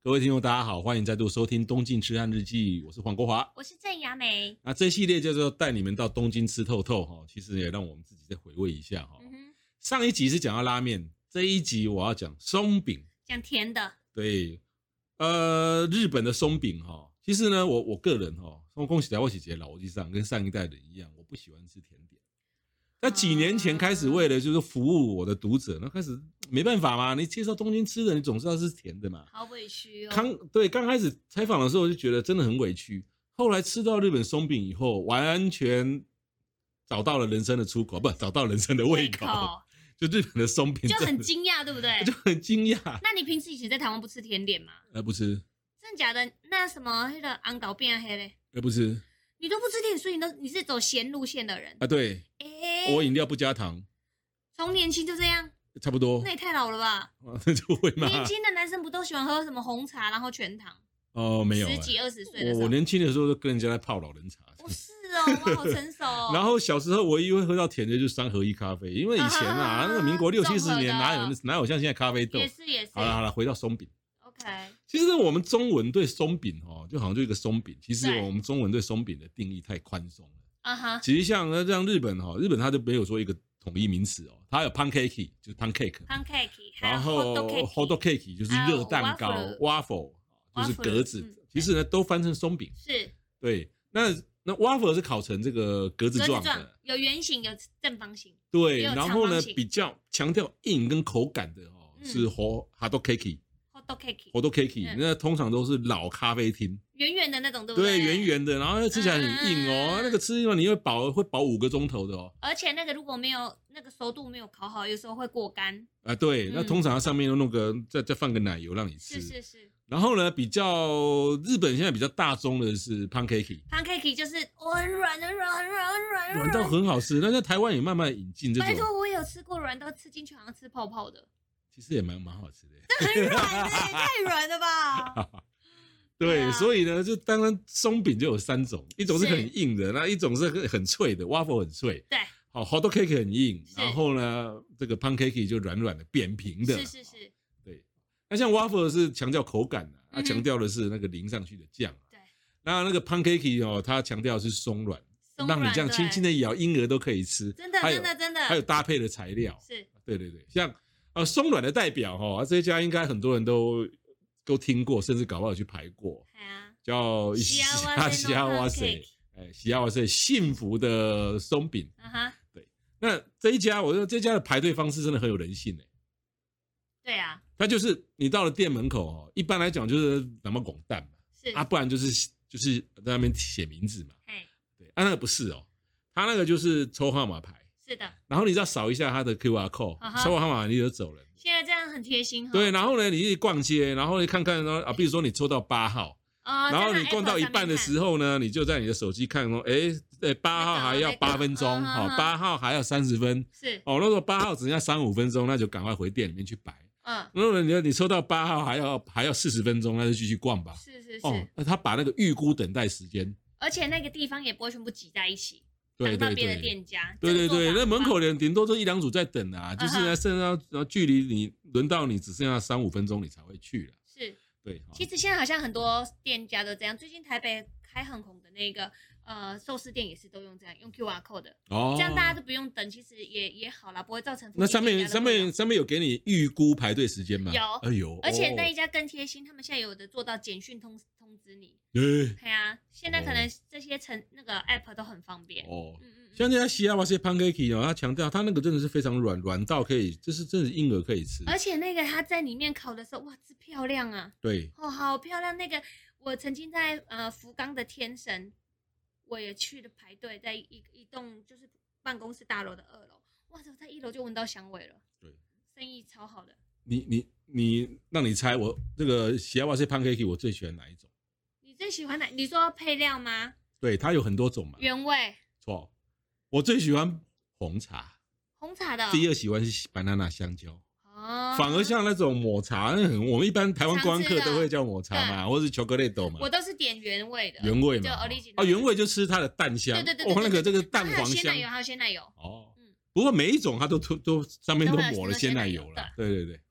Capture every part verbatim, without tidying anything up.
各位听众大家好，欢迎再度收听东晋吃汉日记，我是黄国华， 我是郑雅美。 那这一系列叫做带你们到东京吃透透，其实也让我们自己再回味一下。嗯、上一集是讲到拉面，这一集我要讲松饼， 讲甜的。 对，呃，日本的松饼哈，其实呢，我我个人哈，恭喜在我姐姐老实上跟上一代人一样，我不喜欢吃甜点。那几年前开始，为了就是服务我的读者，那开始没办法嘛，你介绍东京吃的，你总知道是甜的嘛。 好委屈哦。 刚对刚开始采访的时候，我就觉得真的很委屈。后来吃到日本松饼以后，完全找到了人生的出口，不，找到人生的胃口。就日本的松饼就很惊讶，对不对？ 就很惊讶。 那你平时以前在台湾不吃甜点吗？ 呃，不吃。 真的假的？那什么那个昂岛变黑嘞？ 呃，不吃。 你都不吃甜，所以你都你是走咸路线的人啊？对。欸、我饮料不加糖。 从年轻就这样？ 差不多。 那也太老了吧？ 那就会嘛。 年轻的男生不都喜欢喝什么红茶，然后全糖？ 哦，没有、欸。 十几二十岁的时候。 我年轻的时候都跟人家在泡老人茶。 哦，是哦，哇，好成熟、哦。 然后小时候唯一会喝到甜的就是三合一咖啡，因为以前啊，那个民国六七十年哪有哪有像现在咖啡豆？ 也是也是。 好了好了，回到松饼。 OK。 其实我们中文对松饼哦，就好像就一个松饼。其实我们中文对松饼的定义太宽松了。啊哈。其实像那像日本哈，日本它就没有说一个统一名词哦，它有 pancake 就是 pancake，pancake， 然后 hot cake 就是热蛋糕 ，waffle 就是格子，嗯、其实呢都翻成松饼。 是。对， 那那 waffle 是烤成这个格子状的， 有圆形有正方形。 对，然后呢比较强调硬跟口感的哦，嗯、是 hot cake。 hot cake， hot cake，、嗯、那通常都是老咖啡厅， 圆圆的那种，对不对？ 对，圆圆的，然后吃起来很硬哦，嗯、那个吃完你会饱，会饱五个钟头的哦。 而且那个如果没有那个熟度没有烤好，有时候会过干。 啊，对，嗯、那通常它上面又弄个再再放个奶油让你吃。 是是是。 然后呢，比较日本现在比较大宗的是 pancake。pancake 就是很软很软很软很软， 软到很好吃。那在台湾也慢慢引进这种。 拜托，我有吃过软到吃进去好像吃泡泡的。 其实也蛮蛮好吃的， 这很软的，也太软了吧！ 对，啊、所以呢，就当然松饼就有三种，一种是很硬的，那一种是很脆的 ，waffle 很脆， 对， 好 hot cake 很硬，然后呢，这个 pancake 就软软的、扁平的， 是是是， 对。那像 waffle 是强调口感的、啊，它强调的是那个淋上去的酱、啊， 对。 那那个 pancake 哦，它强调的是松软，让你这样轻轻的咬，婴儿都可以吃， 真的真的真的， 还有搭配的材料， 是， 对对对，像。呃，松软的代表哈、哦，这一家应该很多人都都听过，甚至搞不好有去排过， 啊、 叫西亚瓦塞，哎，西亚瓦塞幸福的松饼，啊哈，对，那这一家，我说这家的排队方式真的很有人性哎， 对啊， 它就是你到了店门口哦，一般来讲就是那么广蛋嘛， 是啊， 不然就是就是在那边写名字嘛，对，啊那个不是哦，他那个就是抽号码牌。 是的， 然后你只要扫一下它的 Q R code， uh-huh, 抽号码你就走了。 现在这样很贴心。 对，然后呢，你去逛街，然后你看看说啊，比如说你抽到八号， 哦、 然后你逛到一半的时候呢，你就在你的手机看说，哎，对，八号还要八分钟，好、那個，八、哦、号还要三十分， 是哦，那时候八号只剩下三五分钟，那就赶快回店里面去摆。嗯，然后你你抽到八号还要还要四十分钟，那就继续逛吧。 是是是。 哦，那他把那个预估等待时间， 而且那个地方也不会全部挤在一起。 对对对， 的店家， 对对对，那门口人顶多就一两组在等啊， uh-huh, 就是呢，剩下距离你轮到你只剩下三五分钟，你才会去了。 是， 对。 其实现在好像很多店家都这样，最近台北开很红的那个呃寿司店也是都用这样用 Q R code 的，哦，这样大家都不用等，其实也也好啦，不会造成。 那上面上面上面有给你预估排队时间吗？ 有， 哎呦， 而且那一家更贴心，他们现在有的做到简讯通通知你。 对， 对啊，现在可能这些成那个 app 都很方便。哦，嗯嗯， 像这家西亚瓦塞 pancake 哦，他强调他那个真的是非常软，软到可以，就是真的是婴儿可以吃。 而且那个他在里面烤的时候，哇，这漂亮啊！ 对， 哦，好漂亮。那个我曾经在呃福冈的天神，我也去了排队，在一一栋就是办公室大楼的二楼，哇，我在一楼就闻到香味了。对，生意超好的。 你你你，让你猜我这个西亚瓦塞 pancake 我最喜欢哪一种？ 你最喜欢哪？你说配料吗？ 对，它有很多种嘛。 原味。 错，我最喜欢红茶。 红茶的、哦。 第二喜欢是 banana 香蕉。哦。反而像那种抹茶，那很我们一般台湾观光客都会叫抹茶嘛，或是巧克力豆嘛。 我都是点原味的。 原味嘛。 哦， 原味就吃它的蛋香。 对对对对。 哦，那个这个蛋黄香。 还有鲜奶油，还有鲜奶油。 哦。嗯。不过每一种它都都都上面都抹了鲜奶油了。对对对。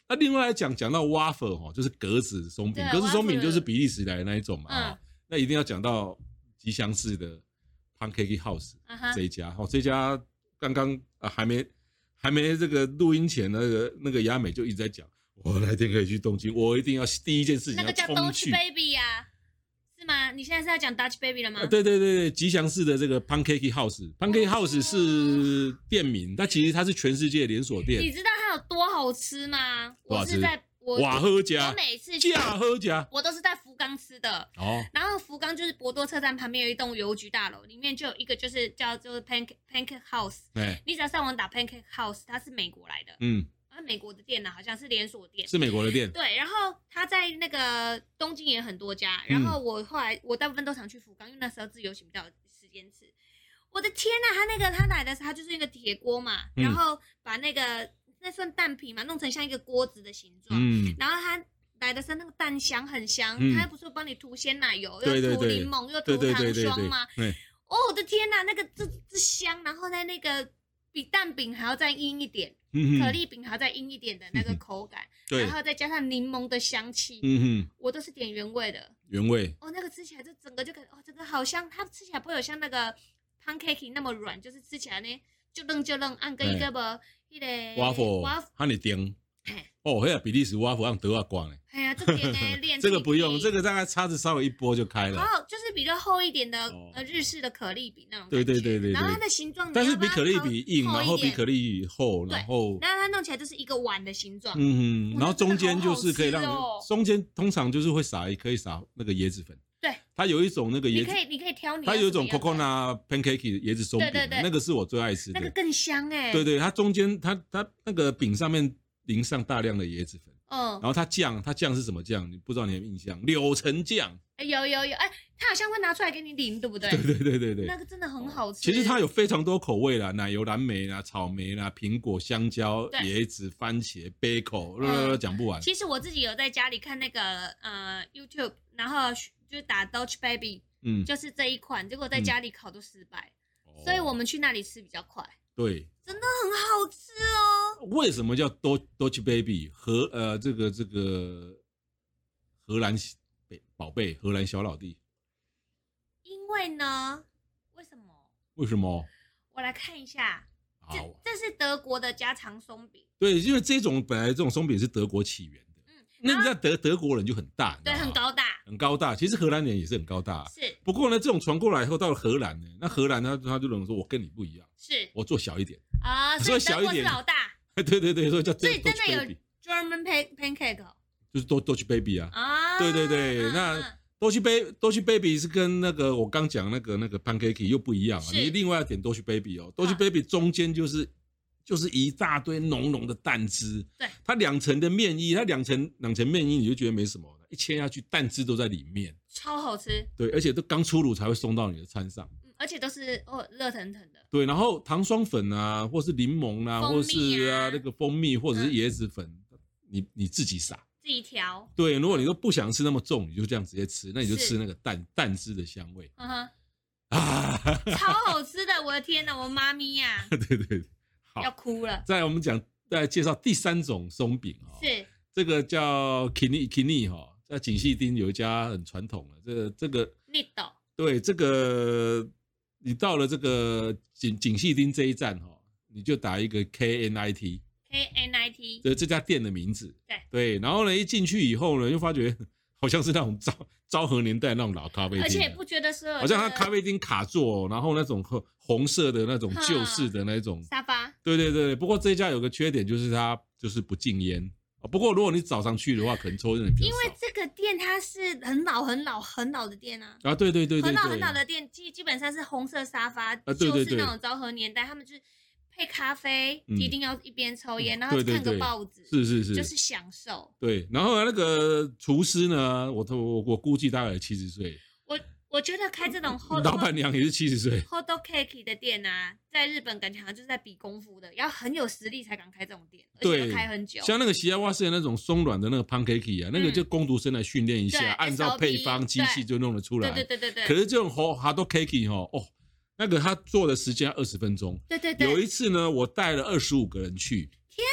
那另外来讲，讲到 waffle 哈，就是格子松饼，格子松饼就是比利时来的那一种嘛，嗯、那一定要讲到吉祥寺的 Pancake House、uh-huh. 这一家，哦，这家刚刚、啊、还没还没这个录音前，那个那个雅美就一直在讲，我哪天可以去东京，我一定要第一件事情要冲去。 那个叫 Dutch Baby 呀、啊。是吗？你现在是在讲 Dutch Baby 了吗？ 啊、对对对对，吉祥寺的这个 Pancake House，Pancake House 是店名，但其实它是全世界连锁店。 你知道它有多好吃吗？ 多好吃！ 我是在我瓦喝家， 我每次驾喝家， 我都是在福冈吃的。 哦， 然后福冈就是博多车站旁边有一栋邮局大楼，里面就有一个就是叫做 Pancake Pancake House。哎，你只要上网打 Pancake House， 它是美国来的。嗯。美国的店呢、啊，好像是连锁店， 是美国的店。 对，然后他在那个东京也很多家，然后我后来我大部分都常去福冈，因为那时候自由行比较有时间吃。我的天哪，他那个他来的他就是一个铁锅嘛，嗯、然后把那个那算蛋皮嘛，弄成像一个锅子的形状，嗯、然后他来的是那个蛋香很香，嗯、他还不是帮你涂鲜奶油， 对对对又涂柠檬，又涂糖霜吗？ 对对对对对哦，我的天哪，那个这这香，然后在那个比蛋饼还要再硬一点。嗯、可丽饼还要再硬一点的那个口感，嗯、然后再加上柠檬的香气，嗯哼，我都是点原味的。 原味哦，那个吃起来就整个就感觉哦，这个好香，它吃起来不会有像那个 pancake 那么软，就是吃起来呢就愣就愣，按跟一个不那个 waffle 和你丁。哦，那比利时 waffle 让德啊光哎。 哎呀，这点呢练这个不用，这个大概叉子稍微一拨就开了。 哦，就是比较厚一点的、哦、呃日式的可丽饼那种感觉。对对对 对, 对。 然后它的形状， 但是比可丽饼硬，然后比可丽厚，然后。 然后它弄起来就是一个碗的形状。 嗯哼，然后中间就是可以让，哦、中间通常就是会撒，可以撒那个椰子粉。 对。 它有一种那个椰子， 你可以你可以挑你。 它有一种 coconut pancake 椰子松饼，对对对，那个是我最爱吃的。 那个更香哎、欸。 对对，它中间它它那个饼上面淋上大量的椰子粉。嗯，然后它酱，它酱是什么酱？你不知道你有印象？柳橙酱。 有有有，哎，它好像会拿出来给你淋，对不对？ 对对对对对， 那个真的很好吃。 其实它有非常多口味啦，奶油蓝莓啦、草莓啦、苹果、香蕉、椰子、番茄、bacon，呃，讲不完。 其实我自己有在家里看那个呃 YouTube， 然后就打 Dutch Baby， 嗯，就是这一款，结果在家里烤都失败，嗯、所以我们去那里吃比较快。 对， 真的很好吃哦。 为什么叫 Dutch Baby？ 荷呃，这个这个荷兰宝贝，荷兰小老弟。 因为呢，为什么？ 为什么？ 我来看一下。这这是德国的家常松饼。 对，因为这种本来这种松饼是德国起源的。嗯，那你知道德德国人就很大， 对，很高大， 很高大。其实荷兰人也是很高大， 是。 不过呢，这种传过来以后到了荷兰呢，那荷兰他他就认为说，我跟你不一样， 是我做小一点啊，所以德国是老大。 对对对，所以叫所以真的有 German pancake， 就是 Dutch Baby 啊。啊，对对对，那 Dutch Baby Dutch Baby 是跟那个我刚讲那个那个 pancake 又不一样啊。你另外要点 Dutch Baby 哦 ，Dutch Baby 中间就是就是一大堆浓浓的蛋汁。对，它两层的面衣，它两层两层面衣你就觉得没什么，一切下去蛋汁都在里面， 超好吃。 对，而且都刚出炉才会送到你的餐上。 而且都是哦热腾腾的， 对，然后糖霜粉啊，或是柠檬啊，啊或是啊那个蜂蜜，或者是椰子粉，嗯、你你自己撒， 自己调。 对，如果你都不想吃那么重，你就这样直接吃，那你就吃那个蛋蛋汁的香味，嗯哼， 啊，超好吃的，我的天哪，我妈咪呀、啊， 对对对， 要哭了。 再来我们讲，再介绍第三种松饼啊、哦， 是这个叫 Kini Kini 哈，在锦细町有一家很传统的，这个这个 Nido， 对这个。你到了这个锦锦细町这一站哈，你就打一个 K N I T，K N I T， 这这家店的名字。 对对，然后呢，一进去以后呢，就发觉好像是那种昭昭和年代那种老咖啡厅， 而且不觉得是好像它咖啡厅卡座，然后那种红色的那种旧式的那种沙发。 对对对，不过这一家有个缺点就是它就是不禁烟。不过如果你早上去的话，可能抽烟的比较少。 因为这个店它是很老很老很老的店啊。 啊，对对对对对， 很老很老的店，基基本上是红色沙发，啊、对对对就是那种昭和年代，他们就是配咖啡，嗯、一定要一边抽烟，然后看个报纸， 是是是， 就是享受。 对，然后那个厨师呢，我我我估计大概七十岁。 我我觉得开这种 hot 老板娘也是七十岁 hot dog cake 的店啊，在日本感觉好像就是在比功夫的，要很有实力才敢开这种店，而且要开很久。 像那个西亚瓦斯的那种松软的那个 pancake 啊，那个就工读生来训练一下，嗯、按照配方机器就弄得出来。 对对对对对。 可是这种 hot dog cake 哦，哦，那个他做的时间二十分钟。 对对对。 有一次呢，我带了二十五个人去。 天哪，你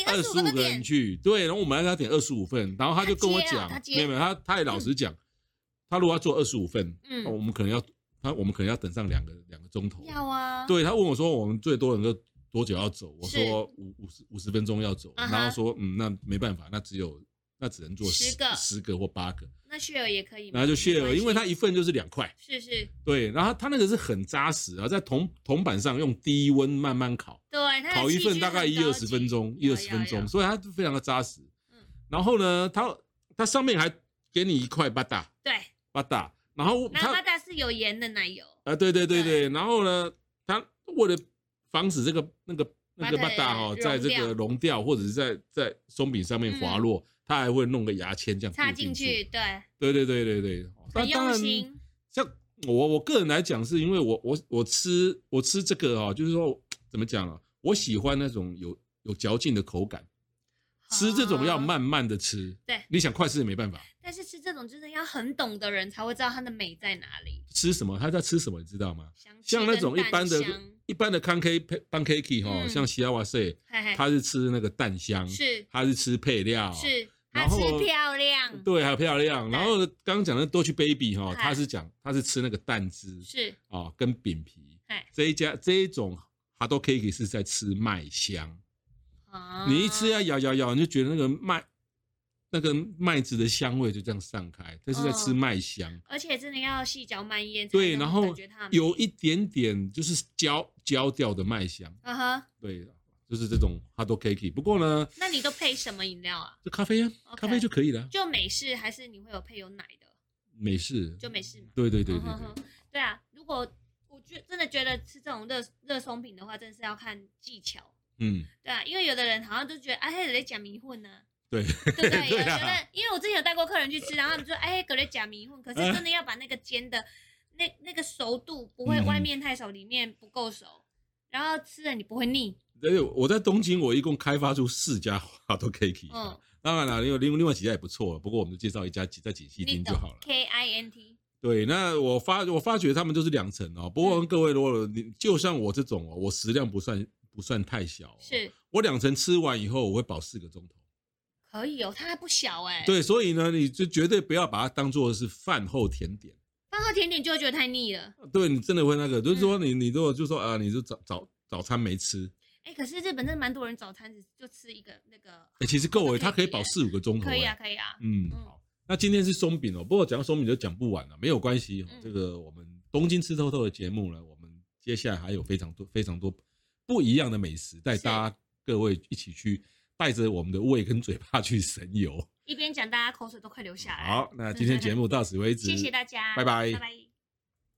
二十五个人去，对，然后我们要点二十五份，然后他就跟我讲，没有没有，他他也老实讲，嗯、他如果要做二十五份，嗯，我们可能要他我们可能要等上两个两个钟头。 要啊。 对，他问我说，我们最多能够多久要走？我说五五十五十分钟要走，然后说嗯，那没办法，那只有那只能做十个十个或八个。 那 share 也可以吗？ 然后就 share， 因为它一份就是两块。 是是。 对，然后它那个是很扎实啊，在铜铜板上用低温慢慢烤。 对， 烤一份大概一二十分钟，一二十分钟，所以它非常的扎实。嗯。然后呢，它它上面还给你一块巴达。 对。 巴达，然后它巴达是有盐的奶油。 啊，对对对对，然后呢，它为了防止这个那个那个巴达哈，在这个溶掉或者是在在松饼上面滑落。他还会弄个牙签这样插进去，对， 对对对对对， 很用心。 像我我个人来讲，是因为我我我吃我吃这个哦，就是说怎么讲啊？我喜欢那种有有嚼劲的口感，吃这种要慢慢的吃。 对， 你想快吃也没办法。 但是吃这种真的要很懂的人才会知道它的美在哪里。 吃什么？他在吃什么？你知道吗？像那种一般的一般的 pancake pancake 哈，像西亚瓦塞，他是吃那个蛋香， 是， 他是吃配料， 是。它吃漂亮， 对，还有漂亮。然后刚刚讲的Dolce Baby 哈，他是讲他是吃那个蛋汁， 是啊，跟饼皮。这一家这一种 hard cake 是在吃麦香，你一吃要咬咬咬，你就觉得那个麦那个麦子的香味就这样散开，这是在吃麦香， 而且真的要细嚼慢咽。 对，然后有一点点就是焦焦掉的麦香， 嗯哼， 对。就是这种 hard cake， 不过呢， 那你都配什么饮料啊？ 就咖啡啊， okay, 咖啡就可以了。 就美式还是你会有配有奶的？ 美式， 就美式嘛。 对对对对 对, 对, 对, 对啊，如果我觉真的觉得吃这种热热松饼的话，真的是要看技巧。嗯，对啊，因为有的人好像都觉得哎，还在讲迷混呢。 对对对，有的人，因为我之前有带过客人去吃，然后他们说哎，搁在假迷混，可是真的要把那个煎的那那个熟度不会外面太熟，里面不够熟，然后吃了你不会腻。 对，我在东京，我一共开发出四家 hard cake。嗯，当然了，因为另另外几家也不错，不过我们就介绍一家在锦溪町就好了。 K I N T。 对，那我发我发觉他们都是两层哦。不过跟各位，如果你就像我这种哦，我食量不算不算太小， 是我两层吃完以后，我会饱四个钟头。 可以哦，它还不小哎。 对，所以呢，你就绝对不要把它当做是饭后甜点。 饭后甜点就会觉得太腻了。 对，你真的会那个，就是说你你如果就说啊，你就早早早餐没吃。 哎，可是日本真的蛮多人早餐只就吃一个那个， 哎，其实够哎，它可以饱四五个钟头。 可以啊，可以啊。 嗯，好，那今天是松饼哦，不过讲到松饼就讲不完了，没有关系。这个我们东京吃透透的节目呢，我们接下来还有非常多非常多不一样的美食，带大家各位一起去带着我们的胃跟嘴巴去神游。 一边讲，大家口水都快流下来。 好，那今天节目到此为止， 谢谢大家， 拜拜。 拜拜。